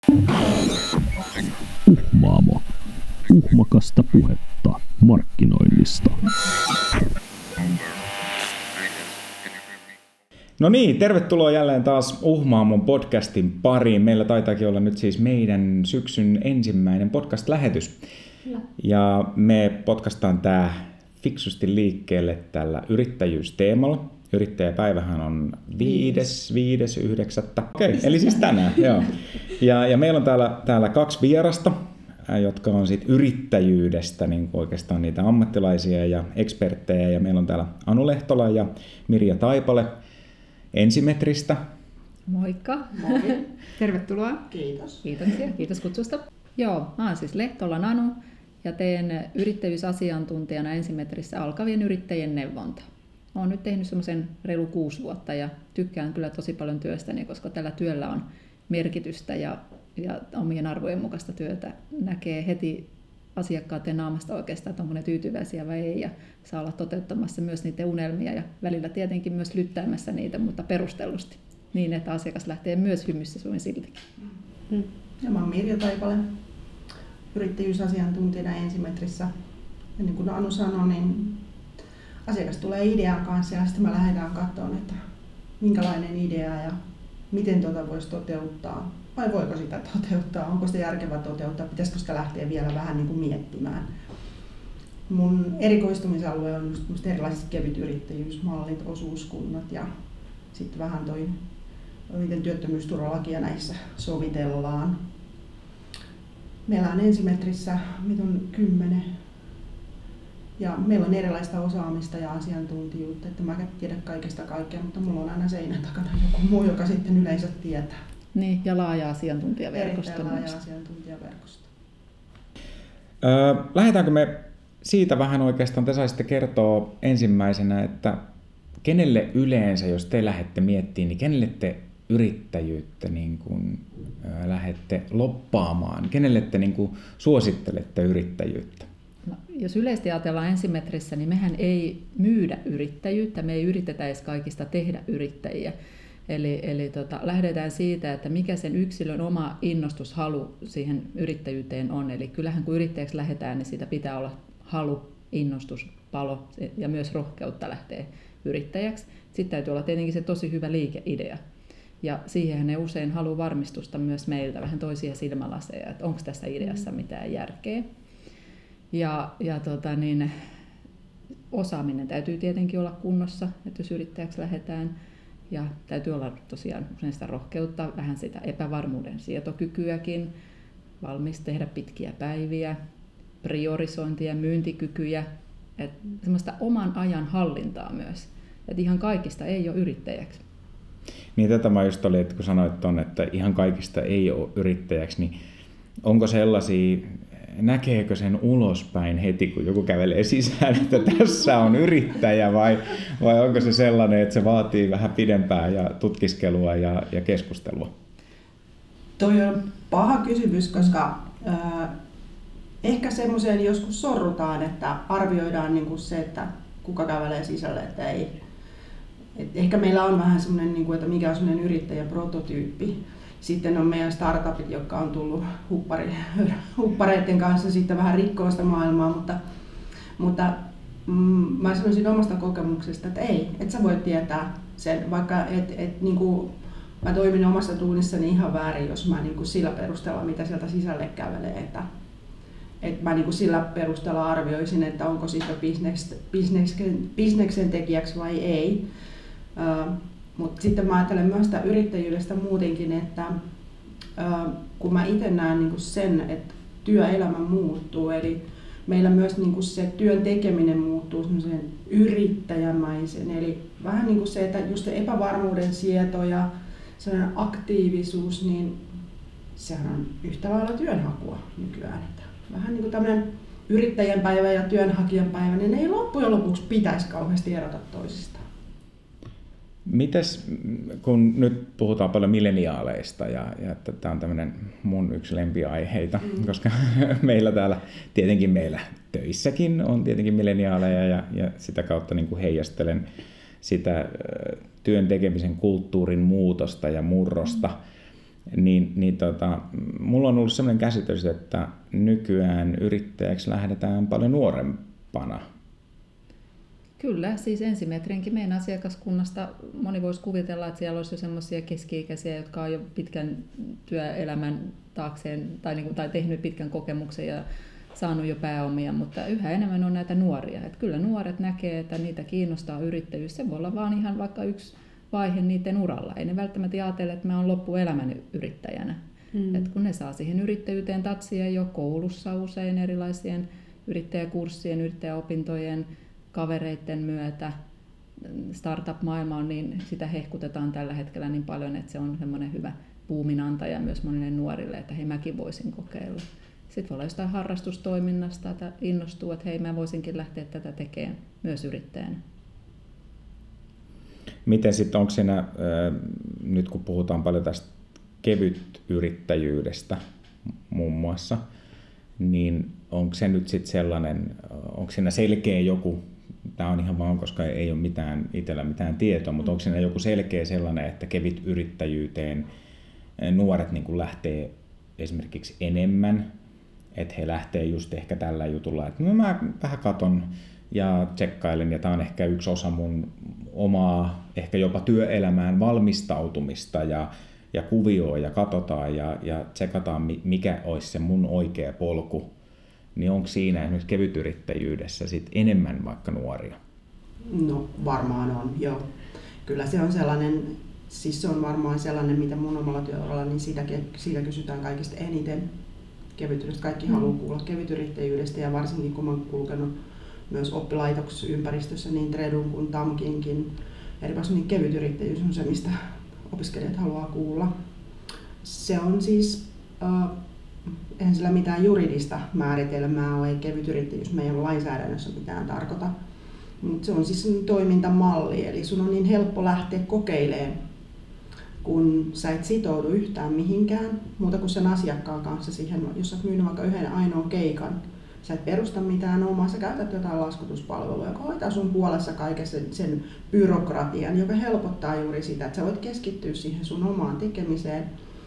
Uhmaamo. Uhmakasta puhetta markkinoinnista. No niin, tervetuloa jälleen taas Uhmaamon podcastin pariin. Meillä taitaakin olla nyt siis meidän syksyn ensimmäinen podcast-lähetys. Ja me podcastaan tää fiksusti liikkeelle tällä yrittäjyysteemalla. Yrittäjäpäivähän on 5.9. Okei, eli siis tänään. Joo. Ja meillä on täällä kaksi vierasta, jotka on sit yrittäjyydestä niin oikeastaan niitä ammattilaisia ja eksperttejä. Ja meillä on täällä Anu Lehtola ja Mirja Taipale Ensimetristä. Moikka. Moi. Tervetuloa. Kiitos. Kiitoksia. Kiitos kutsusta. Joo, mä oon siis Lehtolan Anu ja teen yrittäjyysasiantuntijana Ensimetrissä alkavien yrittäjien neuvontaa. Olen nyt tehnyt semmoisen reilu 6 vuotta ja tykkään kyllä tosi paljon työstäni, koska tällä työllä on merkitystä ja omien arvojen mukaista työtä. Näkee heti asiakkaiden naamasta oikeastaan, että onko ne tyytyväisiä vai ei, ja saa olla toteuttamassa myös niiden unelmia ja välillä tietenkin myös lyttäämässä niitä, mutta perustellusti niin, että asiakas lähtee myös hymyssä suin siltikin. Ja mä oon Mirja Taipale, yrittäjyysasiantuntijana Ensimetrissä. Ja niin kuin Anu sanoi, niin asiakas tulee idean kanssa ja sitten me lähdetään katsomaan, että minkälainen idea ja miten voisi toteuttaa. Vai voiko sitä toteuttaa? Onko sitä järkevää toteuttaa? Pitäisikö sitä lähteä vielä vähän niin kuin miettimään? Mun erikoistumisalue on just erilaiset kevytyrittäjyysmallit, osuuskunnat ja sitten vähän miten työttömyysturvalakia näissä sovitellaan. Meillä on Ensimetrissä, mitä on 10. Ja meillä on erilaista osaamista ja asiantuntijuutta, että mä en tiedä kaikesta kaikkea, mutta mulla on aina seinän takana joku muu, joka sitten yleensä tietää. Niin, ja laaja asiantuntijaverkosto. Erittäin laaja asiantuntijaverkosto. Lähdetäänkö me siitä vähän oikeastaan, te saisitte kertoa ensimmäisenä, että kenelle yleensä, jos te lähdette miettimään, niin kenelle te yrittäjyyttä niin kuin, lähdette loppaamaan? Kenelle te niin kuin, suosittelette yrittäjyyttä? No, jos yleisesti ajatellaan Ensimetrissä, niin mehän ei myydä yrittäjyyttä, me ei yritetä edes kaikista tehdä yrittäjiä. Eli lähdetään siitä, että mikä sen yksilön oma innostushalu siihen yrittäjyyteen on. Eli kyllähän kun yrittäjäksi lähdetään, niin siitä pitää olla halu, innostus, palo ja myös rohkeutta lähteä yrittäjäksi. Sitten täytyy olla tietenkin se tosi hyvä liikeidea. Ja siihen ne usein haluaa varmistusta myös meiltä, vähän toisia silmälaseja, että onko tässä ideassa mitään järkeä. Osaaminen täytyy tietenkin olla kunnossa, että jos yrittäjäksi lähdetään. Ja täytyy olla tosiaan usein sitä rohkeutta, vähän sitä epävarmuuden sietokykyäkin, valmis tehdä pitkiä päiviä, priorisointia, myyntikykyjä, että semmoista oman ajan hallintaa myös. Että ihan kaikista ei ole yrittäjäksi. Niin tätä mä just olin, että kun sanoit ton, että ihan kaikista ei ole yrittäjäksi, niin onko sellaisia, näkeekö sen ulospäin heti, kun joku kävelee sisään, että tässä on yrittäjä, vai onko se sellainen, että se vaatii vähän pidempää ja tutkiskelua ja keskustelua? Toi on paha kysymys, koska ehkä semmoiseen joskus sorrutaan, että arvioidaan niin kuin se, että kuka kävelee sisälle, että ei. Et ehkä meillä on vähän semmoinen, niin kuin, että mikä on semmoinen yrittäjän prototyyppi. Sitten on meidän startupit, jotka on tullut huppareiden kanssa sitten vähän rikkoa sitä maailmaa, mutta mä sanoisin omasta kokemuksesta, että ei, että sä voit tietää sen, vaikka niin kuin mä toimin omassa tuunissani ihan väärin, jos mä niin kuin sillä perusteella, mitä sieltä sisälle kävelee, että mä niin kuin sillä perusteella arvioisin, että onko siitä bisneksen tekijäksi vai ei. Mutta sitten mä ajattelen myös sitä yrittäjyydestä muutenkin, että kun mä itse näen niin kuin sen, että työelämä muuttuu, eli meillä myös niin kuin se työn tekeminen muuttuu semmoiseen yrittäjämäisen, eli vähän niin kuin se, että just se epävarmuuden sieto ja sellainen aktiivisuus, niin sehän on yhtä lailla työnhakua nykyään. Että vähän niin kuin tämmöinen yrittäjän päivä ja työnhakijan päivä, niin ne ei loppujen lopuksi pitäisi kauheasti erota toisistaan. Mites, kun nyt puhutaan paljon milleniaaleista ja tämä on tämmöinen mun yksi lempiaiheita, koska meillä täällä, tietenkin meillä töissäkin on tietenkin milleniaaleja ja sitä kautta niin kuin heijastelen sitä työn tekemisen kulttuurin muutosta ja murrosta. Mulla on ollut sellainen käsitys, että nykyään yrittäjäksi lähdetään paljon nuorempana. Kyllä, siis ensimetrinkin meidän asiakaskunnasta moni voisi kuvitella, että siellä olisi jo semmoisia keski-ikäisiä, jotka on jo pitkän työelämän taakseen tai tehnyt pitkän kokemuksen ja saanut jo pääomia, mutta yhä enemmän on näitä nuoria. Että kyllä nuoret näkee, että niitä kiinnostaa yrittäjyys. Se voi olla vaan ihan vaikka yksi vaihe niiden uralla. Ei ne välttämättä ajatella, että mä oon loppuelämän yrittäjänä. Et kun ne saa siihen yrittäjyyteen tatsia jo koulussa usein erilaisien yrittäjäkurssien, yrittäjäopintojen, kavereiden myötä. Startup-maailma on niin, sitä hehkutetaan tällä hetkellä niin paljon, että se on semmoinen hyvä buuminantaja myös monille nuorille, että hei, mäkin voisin kokeilla. Sitten voi olla jostain harrastustoiminnasta, että innostuu, että hei, mä voisinkin lähteä tätä tekemään myös yrittäjänä. Miten sitten, onko siinä, nyt kun puhutaan paljon tästä kevytyrittäjyydestä muun muassa, niin onko se nyt sitten sellainen, onko siinä selkeä joku, tämä on ihan vaan, koska ei ole itsellä mitään tietoa, mutta onko siinä joku selkeä sellainen, että kevytyrittäjyyteen nuoret niin kuin lähtee esimerkiksi enemmän, että he lähtee just ehkä tällä jutulla, että no mä vähän katon ja tsekkailen, ja tämä on ehkä yksi osa mun omaa, ehkä jopa työelämään valmistautumista ja kuvioa ja katsotaan ja tsekataan, mikä olisi se mun oikea polku, niin onko siinä esimerkiksi kevytyrittäjyydessä sit enemmän vaikka nuoria? No varmaan on, joo. Kyllä se on sellainen, siis se on varmaan sellainen, mitä mun omalla työuralla, niin siitä kysytään kaikista eniten kevytyrittäjyydestä. Kaikki haluaa kuulla kevytyrittäjyydestä, ja varsinkin kun mä oon kulkenut myös oppilaitosympäristössä niin Tredun kuin TAMKinkin. Erityisesti niin kevytyrittäjyys on se, mistä opiskelijat haluaa kuulla. Se on siis, eihän sillä mitään juridista määritelmää ole, ei kevytyrittäjyys meidän lainsäädännössä mitään tarkoita. Mutta se on siis toimintamalli, eli sun on niin helppo lähteä kokeilemaan, kun sä et sitoudu yhtään mihinkään, muuta kuin sen asiakkaan kanssa siihen, jos sä oot myynyt vaikka yhden ainoan keikan. Sä et perusta mitään omaa, sä käytät jotain laskutuspalvelua, joka hoitaa sun puolessa kaiken sen byrokratian, joka helpottaa juuri sitä, että sä voit keskittyä siihen sun omaan tekemiseen.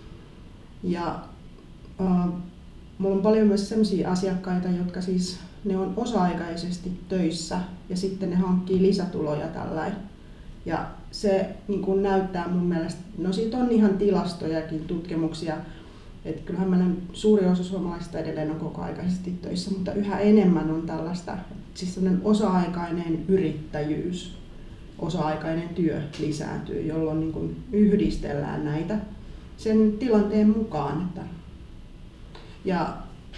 Ja mulla on paljon myös sellaisia asiakkaita, jotka siis ne on osa-aikaisesti töissä ja sitten ne hankkii lisätuloja tällainen. Ja se niin kun näyttää mun mielestä, no siitä on ihan tilastojakin, tutkimuksia, että kyllähän meillä suuri osa suomalaisista edelleen on kokoaikaisesti töissä, mutta yhä enemmän on tällaista, siis sellainen osa-aikainen yrittäjyys, osa-aikainen työ lisääntyy, jolloin niin kuin yhdistellään näitä sen tilanteen mukaan. Ja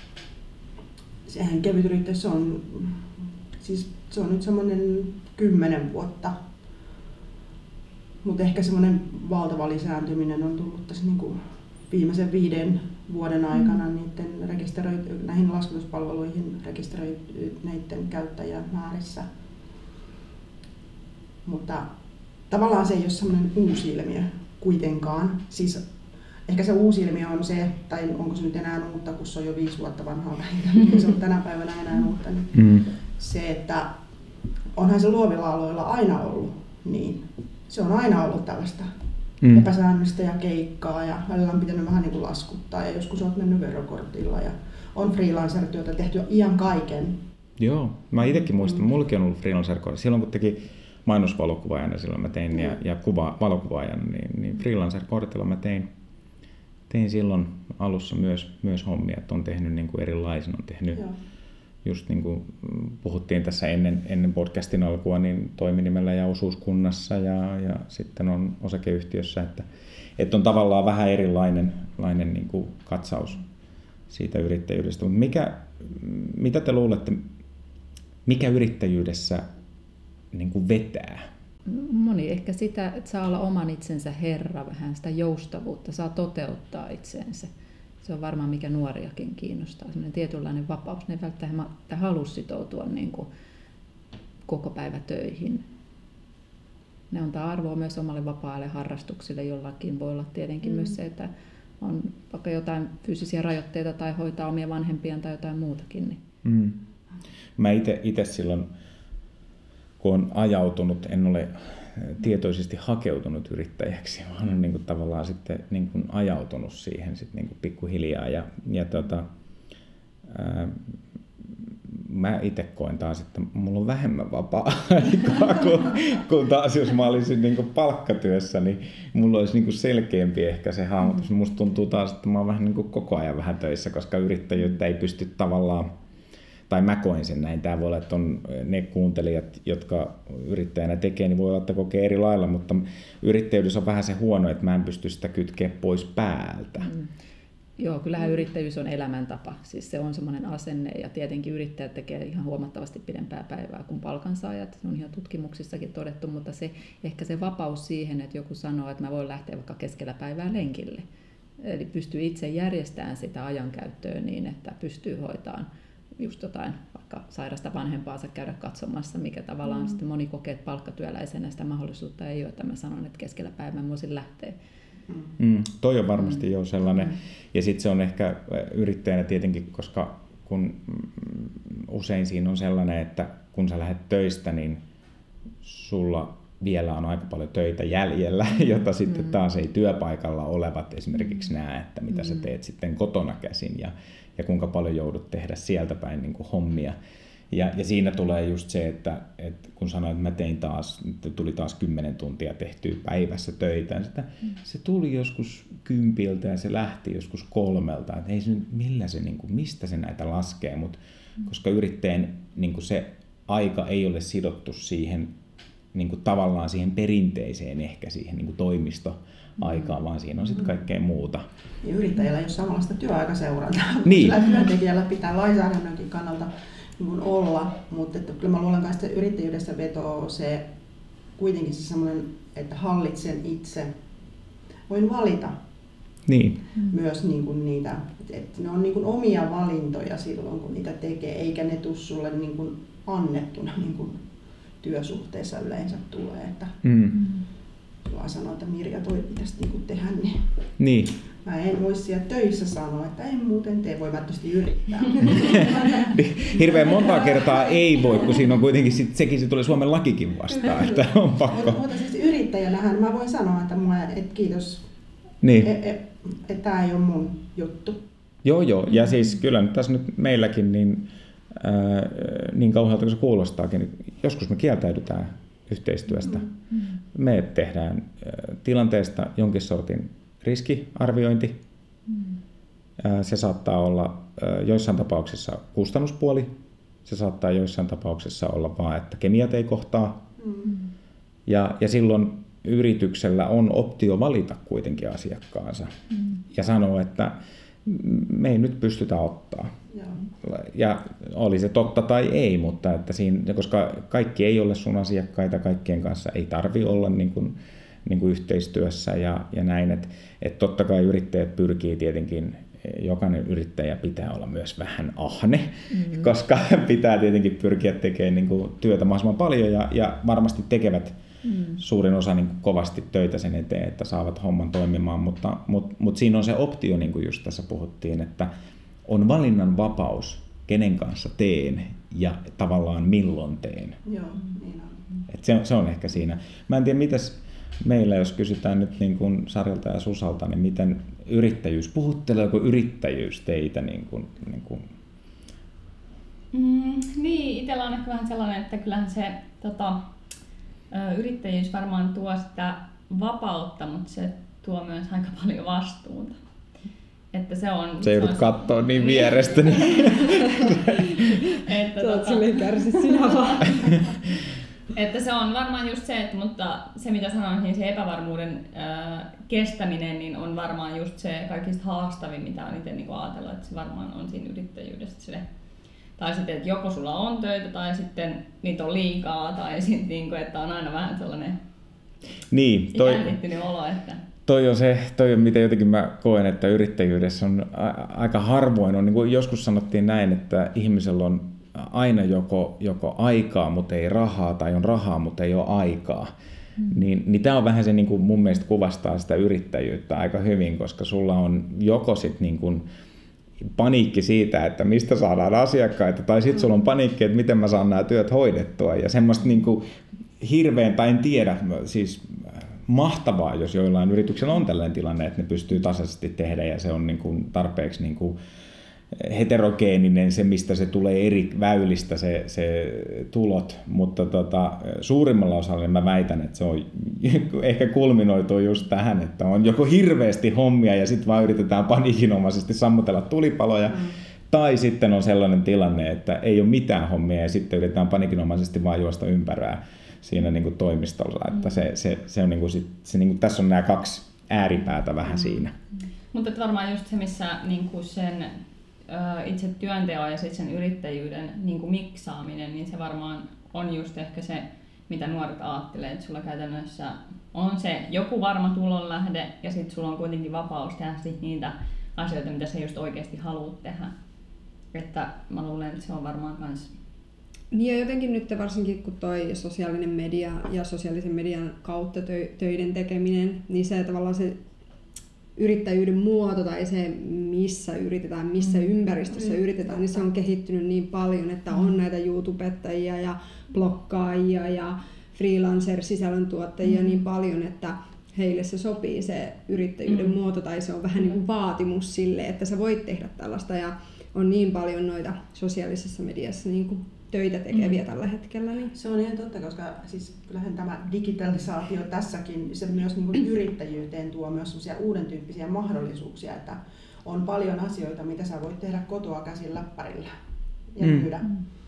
sehän kevytyrittäjyys on, siis se on nyt semmoinen 10 vuotta, mutta ehkä semmoinen valtava lisääntyminen on tullut tässä niin kuin viimeisen 5 vuoden aikana näihin laskutuspalveluihin rekisteröineiden käyttäjämäärissä. Mutta tavallaan se ei ole semmoinen uusi ilmiö kuitenkaan. Siis ehkä se uusi ilmiö on se, tai onko se nyt enää uutta, kun se on jo 5 vuotta vanhaa vähintään, niin se on tänä päivänä enää uutta. Niin se, että onhan se luovilla aloilla aina ollut niin. Se on aina ollut tällaista epäsäännöllistä ja keikkaa ja välillä on pitänyt vähän niin kuin laskuttaa ja joskus olet mennyt verokortilla ja on freelancer-työtä tehty iän kaiken. Joo, mä itsekin muistan, mullakin on ollut freelancer-kortti. Silloin kun teki mainosvalokuvaajana, silloin mä tein ja valokuvaajana, niin freelancer-kortilla mä tein silloin alussa myös hommia, että on tehnyt niin kuin erilaisen, on tehnyt just niin kuin puhuttiin tässä ennen podcastin alkua, niin toiminimellä ja osuuskunnassa ja sitten on osakeyhtiössä, että on tavallaan vähän erilainen niin kuin katsaus siitä yrittäjyydestä. Mutta mitä te luulette, mikä yrittäjyydessä niin kuin vetää? Moni ehkä sitä, että saa olla oman itsensä herra, vähän sitä joustavuutta, saa toteuttaa itsensä. Se on varmaan mikä nuoriakin kiinnostaa, semmoinen tietynlainen vapaus. Ne ei välttämättä halua sitoutua niin kuin koko päivä töihin. Ne antaa arvoa myös omalle vapaalle harrastuksille, jollakin voi olla tietenkin myös se, että on vaikka jotain fyysisiä rajoitteita tai hoitaa omia vanhempiaan tai jotain muutakin. Niin. Mä itse silloin, kun olen ajautunut, en ole tietoisesti hakeutunut yrittäjäksi, vaan on niin kuin tavallaan sitten niin kuin ajautunut siihen sitten niin kuin pikkuhiljaa. Mä itse koen taas, että mulla on vähemmän vapaa-aikaa kuin taas jos mä olisin niin kuin palkkatyössä, niin mulla olisi niin kuin selkeämpi ehkä se hahmotus. Musta tuntuu taas, että mä oon vähän niin kuin koko ajan vähän töissä, koska yrittäjyyttä ei pysty tavallaan, tai mä koen sen näin. Tämä voi olla, että on ne kuuntelijat, jotka yrittäjänä tekee, niin voi olla, että kokee eri lailla, mutta yrittäjyydessä on vähän se huono, että mä en pysty sitä kytkeä pois päältä. Joo, kyllähän yrittäjyys on elämäntapa. Siis se on semmoinen asenne ja tietenkin yrittäjät tekee ihan huomattavasti pidempää päivää kuin palkansaajat. Se on ihan tutkimuksissakin todettu, mutta ehkä se vapaus siihen, että joku sanoo, että mä voin lähteä vaikka keskellä päivää lenkille. Eli pystyy itse järjestämään sitä ajankäyttöä niin, että pystyy hoitamaan just jotain vaikka sairasta vanhempaansa käydä katsomassa, mikä tavallaan sitten moni kokee, että palkkatyöläisenä sitä mahdollisuutta ei ole, että mä sanon, että keskellä päivää mä voisin lähteä. Toi on varmasti jo sellainen. Ja sitten se on ehkä yrittäjänä tietenkin, koska kun usein siinä on sellainen, että kun sä lähdet töistä, niin sulla vielä on aika paljon töitä jäljellä, jota sitten taas ei työpaikalla olevat esimerkiksi näe, että mitä sä teet sitten kotona käsin ja kuinka paljon joudut tehdä sieltä päin niin kuin hommia. Ja siinä tulee just se, että kun sanoin, että tuli taas 10 tuntia tehtyä päivässä töitä, se tuli joskus 10 ja se lähti joskus 3. Että ei se nyt, mistä se näitä laskee, mutta koska yrittäjän niin se aika ei ole sidottu siihen niin tavallaan siihen perinteiseen ehkä siihen niin toimistoaikaan, vaan siinä on sitten kaikkea muuta. Ja yrittäjällä ei ole samanlaista työaikaseurantaa, niin. Sillä työntekijällä pitää lainsäädännönkin kannalta niin olla, mutta että kyllä mä luulen kanssa, että yrittäjyydessä vetoo se kuitenkin se semmoinen, että hallitsen itse, voin valita myös niin kuin niitä, että ne on niin kuin omia valintoja silloin, kun niitä tekee, eikä ne tule sulle niin kuin annettuna niin kuin työsuhteessa yleensä tulee, että vaan sanoo, että Mirja, toi pitäisi niin kuin tehdä, niin. Mä en voi siellä töissä sanoa, että en muuten tee, voi mä tietysti yrittää. Hirveän monta kertaa ei voi, kun siinä on kuitenkin sekin se tulee Suomen lakikin vastaan, että on pakko. Mutta siis yrittäjänähän mä voin sanoa, että kiitos, että tää ei ole mun juttu. Joo, ja siis kyllä nyt tässä nyt meilläkin niin kauhealta kuin se kuulostaakin, niin joskus me kieltäydytään yhteistyöstä. Me tehdään tilanteesta jonkin sortin riskiarviointi. Se saattaa olla joissain tapauksissa kustannuspuoli. Se saattaa joissain tapauksissa olla vaan, että kemiat ei kohtaa. Ja silloin yrityksellä on optio valita kuitenkin asiakkaansa ja sanoa, että me ei nyt pystytä ottaa. Ja oli se totta tai ei, mutta että siinä, koska kaikki ei ole sun asiakkaita, kaikkien kanssa ei tarvitse olla niin kuin yhteistyössä ja näin. Että totta kai yrittäjät pyrkii tietenkin, jokainen yrittäjä pitää olla myös vähän ahne, koska pitää tietenkin pyrkiä tekemään niin kuin työtä mahdollisimman paljon ja varmasti tekevät suurin osa niin kuin kovasti töitä sen eteen, että saavat homman toimimaan, mutta siinä on se optio, niin kuin just tässä puhuttiin, että on valinnan vapaus, kenen kanssa teen ja tavallaan milloin teen. Joo, niin on. Et se on ehkä siinä. Mä en tiedä, mitäs meillä, jos kysytään nyt niin kuin Sarjalta ja Susalta, niin miten yrittäjyys, puhutteleeko yrittäjyys teitä? Niin, itsellä on ehkä vähän sellainen, että kyllähän se yrittäjyys varmaan tuo sitä vapautta, mutta se tuo myös aika paljon vastuuta. Että se joudut kattoo niin vierestä. Olet silleen kärsi sinä vaan. Että se on varmaan just se, mutta se mitä sanoin, niin se epävarmuuden kestäminen niin on varmaan just se kaikista haastavin, mitä on itse niin ajatellut, että se varmaan on siinä yrittäjyydessä se. Tai sitten, että joko sulla on töitä tai sitten niitä on liikaa tai sitten, että on aina vähän sellainen jännittynyt olo. Että Toi on mitä jotenkin mä koen, että yrittäjyydessä on aika harvoin. On, niin kuin joskus sanottiin näin, että ihmisellä on aina joko aikaa, mutta ei rahaa, tai on rahaa, mutta ei ole aikaa. Niin tämä on vähän se, niin kuin mun mielestä kuvastaa sitä yrittäjyyttä aika hyvin, koska sulla on joko sit niin kuin paniikki siitä, että mistä saadaan asiakkaita, tai sitten sulla on paniikki, että miten mä saan nämä työt hoidettua, ja semmoista niin kuin hirveän, tai en tiedä, siis mahtavaa, jos joillain yrityksellä on tällainen tilanne, että ne pystyy tasaisesti tehdä ja se on niin kuin tarpeeksi niin kuin heterogeeninen, se mistä se tulee eri väylistä se tulot, mutta suurimmalla osalla niin mä väitän, että se on ehkä kulminoituu just tähän, että on joko hirveästi hommia ja sitten vaan yritetään paniikinomaisesti sammutella tulipaloja, tai sitten on sellainen tilanne, että ei ole mitään hommia ja sitten yritetään paniikinomaisesti vaan juosta ympärää siinä niin kuin toimistolla, että se on niin kuin se niin kuin, tässä on nämä kaksi ääripäätä vähän siinä. Mutta varmaan just se, missä niin kuin sen itse työnteon ja sitten sen yrittäjyyden niin kuin miksaaminen, niin se varmaan on just ehkä se, mitä nuoret ajattelee, että sulla käytännössä on se joku varma tulonlähde ja sitten sulla on kuitenkin vapaus tehdä sit niitä asioita, mitä sä just oikeasti haluat tehdä. Että mä luulen, että se on varmaan kans. Niin ja jotenkin nyt varsinkin kun toi sosiaalinen media ja sosiaalisen median kautta töiden tekeminen, niin se tavallaan se yrittäjyyden muoto tai se, missä yritetään, missä ympäristössä yritetään, niin se on kehittynyt niin paljon, että on näitä YouTubettajia ja bloggaajia ja freelancer-sisällöntuottajia niin paljon, että heille se sopii se yrittäjyyden muoto tai se on vähän niin kuin vaatimus sille, että sä voit tehdä tällaista ja on niin paljon noita sosiaalisessa mediassa niin kuin töitä tekeviä tällä hetkellä. Niin. Se on ihan totta, koska siis kyllähän tämä digitalisaatio tässäkin, se myös niin kuin yrittäjyyteen tuo myös sellaisia uuden tyyppisiä mahdollisuuksia, että on paljon asioita, mitä sä voit tehdä kotoa käsin läppärillä ja myydä.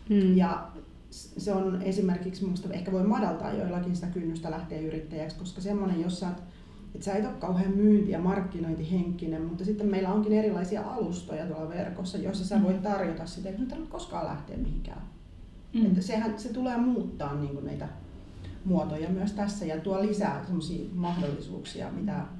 Ja se on esimerkiksi, minusta ehkä voi madaltaa joillakin sitä kynnystä lähteä yrittäjäksi, koska semmoinen, jos sä et ole kauhean myynti- ja markkinointihenkinen, mutta sitten meillä onkin erilaisia alustoja tuolla verkossa, joissa sä voit tarjota sitä, että nyt ei koskaan lähteä mihinkään. Että se tulee muuttaa niin kuin näitä muotoja myös tässä ja tuo lisää sellaisia mahdollisuuksia,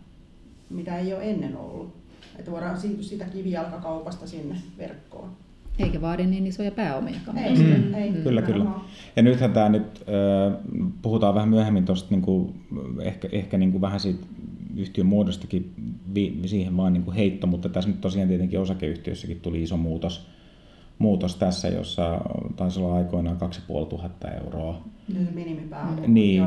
mitä ei ole ennen ollut. Että voidaan siirtyä siitä kivijalkakaupasta sinne verkkoon. Eikä vaadi niin isoja pääomiakaan. Ei. Kyllä. Ja nythän tämä nyt, puhutaan vähän myöhemmin tuosta niinku, ehkä niinku vähän siitä yhtiön muodostakin siihen vaan niinku heitto, mutta tässä nyt tosiaan tietenkin osakeyhtiössäkin tuli iso muutos tässä, jossa taisi olla aikoinaan 2500 euroa. Nyt minimipääoma. Niin,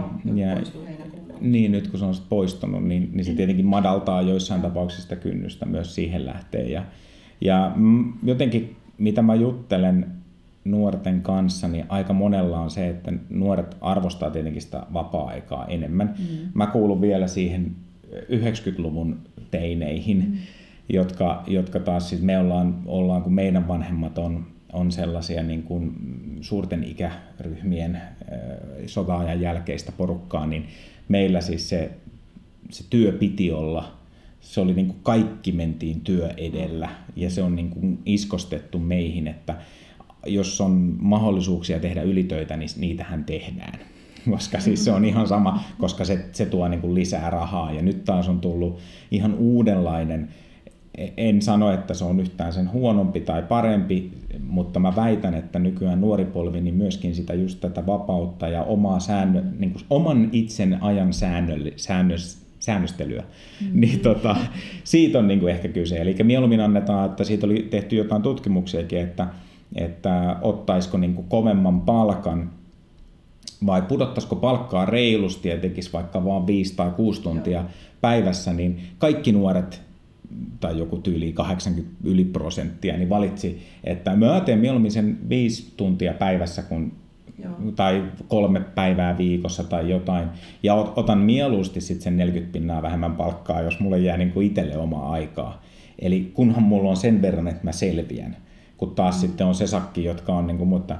ja nyt kun se on poistunut, niin se tietenkin madaltaa joissain tapauksissa sitä kynnystä myös siihen lähteen. Ja jotenkin, mitä mä juttelen nuorten kanssa, niin aika monella on se, että nuoret arvostaa tietenkin sitä vapaa-aikaa enemmän. Mä kuulun vielä siihen 90-luvun teineihin, jotka taas siis me ollaan kun meidän vanhemmat on sellaisia niin kuin suurten ikäryhmien sota-ajan jälkeistä porukkaa, niin meillä siis se työ piti olla, se oli niin kuin kaikki mentiin työ edellä ja se on niin kuin iskostettu meihin, että jos on mahdollisuuksia tehdä ylitöitä, niin niitähän tehdään. Koska siis se on ihan sama, koska se tuo niin kuin lisää rahaa ja nyt taas on tullut ihan uudenlainen. En sano, että se on yhtään sen huonompi tai parempi, mutta mä väitän, että nykyään nuori polvi niin myöskin sitä just tätä vapautta ja niin kuin oman itsen ajan säännöstelyä. Niin siitä on niin kuin ehkä kyse. Eli mieluummin annetaan, että siitä oli tehty jotain tutkimuksiakin, että ottaisiko niin kuin kovemman palkan vai pudottaisiko palkkaa reilusti ja tekisi vaikka vaan 5 tai 6 tuntia päivässä, niin kaikki nuoret tai joku tyyli 80%, niin valitsi, että mä teen mieluummin sen 5 tuntia päivässä tai 3 päivää viikossa tai jotain, ja otan mieluusti sitten sen 40% vähemmän palkkaa, jos mulle jää niin kuin itselle omaa aikaa. Eli kunhan mulla on sen verran, että mä selviän, kun taas sitten on se sakki, jotka on niin kuin, mutta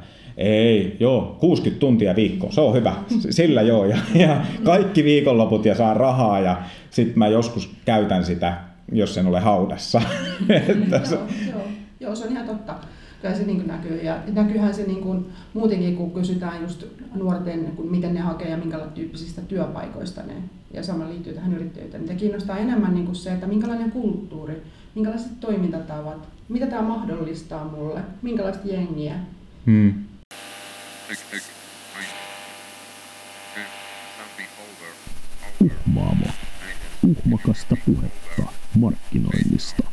60 tuntia viikkoa, se on hyvä, sillä joo, ja kaikki viikonloput ja saan rahaa, ja sitten mä joskus käytän sitä, jos en ole haudassa. Joo, se on ihan totta. Kyllä se niin näkyy. Ja näkyyhän se niin muutenkin, kun kysytään just nuorten, miten ne hakee ja minkä tyyppisistä työpaikoista ne, ja sama liittyy tähän yrittäjyyteen. Niitä kiinnostaa enemmän niin se, että minkälainen kulttuuri, minkälaiset toimintatavat, mitä tämä mahdollistaa mulle, minkälaista jengiä. Uhmaamo. Uhmakasta puhetta markkinoinnista.